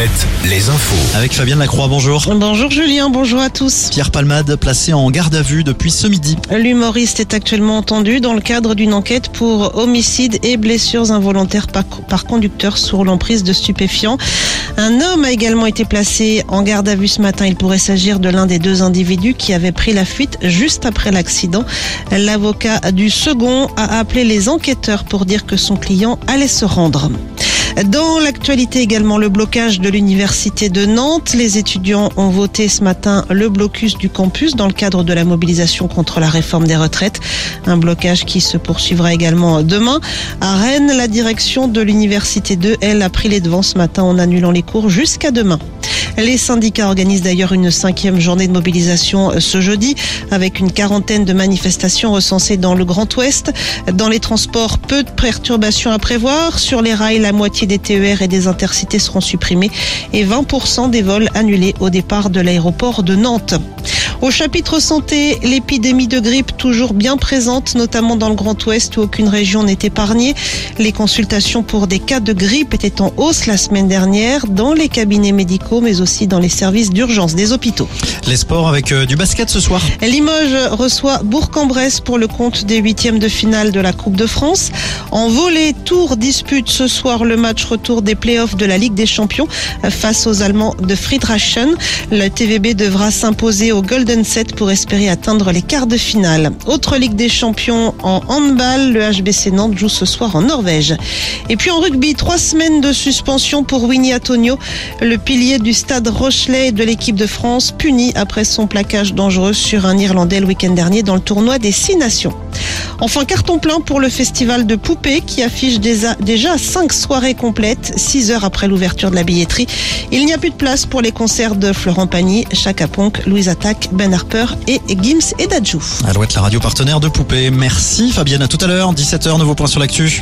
Alouette, les infos. Avec Fabienne Lacroix, bonjour. Bonjour Julien, bonjour à tous. Pierre Palmade, placé en garde à vue depuis ce midi. L'humoriste est actuellement entendu dans le cadre d'une enquête pour homicide et blessures involontaires par conducteur sous l'emprise de stupéfiants. Un homme a également été placé en garde à vue ce matin. Il pourrait s'agir de l'un des deux individus qui avait pris la fuite juste après l'accident. L'avocat du second a appelé les enquêteurs pour dire que son client allait se rendre. Dans l'actualité également, le blocage de l'université de Nantes. Les étudiants ont voté ce matin le blocus du campus dans le cadre de la mobilisation contre la réforme des retraites. Un blocage qui se poursuivra également demain. À Rennes, la direction de l'université 2, elle, a pris les devants ce matin en annulant les cours jusqu'à demain. Les syndicats organisent d'ailleurs une 5e journée de mobilisation ce jeudi avec une 40aine de manifestations recensées dans le Grand Ouest. Dans les transports, peu de perturbations à prévoir. Sur les rails, la moitié des TER et des intercités seront supprimés et 20% des vols annulés au départ de l'aéroport de Nantes. Au chapitre santé, l'épidémie de grippe toujours bien présente, notamment dans le Grand Ouest où aucune région n'est épargnée. Les consultations pour des cas de grippe étaient en hausse la semaine dernière dans les cabinets médicaux, mais aussi dans les services d'urgence des hôpitaux. Les sports avec du basket ce soir. Limoges reçoit Bourg-en-Bresse pour le compte des 8e de finale de la Coupe de France. En volley, Tours dispute ce soir le match retour des playoffs de la Ligue des Champions face aux Allemands de Friedrichshafen. Le TVB devra s'imposer au Golden Set pour espérer atteindre les quarts de finale. Autre Ligue des Champions en handball, le HBC Nantes joue ce soir en Norvège. Et puis en rugby, 3 semaines de suspension pour Winnie Atonio, le pilier du Stade Rochelais de l'équipe de France, puni après son plaquage dangereux sur un Irlandais le week-end dernier dans le tournoi des 6 nations. Enfin, carton plein pour le festival de Poupées qui affiche déjà 5 soirées complètes, 6 heures après l'ouverture de la billetterie. Il n'y a plus de place pour les concerts de Florent Pagny, Chaka Ponk, Louise Attaque, Ben Harper et Gims et Dadju. Alouette, la radio partenaire de Poupées. Merci Fabienne, à tout à l'heure, 17h, nouveau point sur l'actu.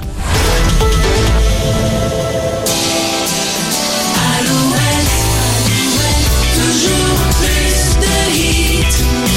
Toujours plus de hits.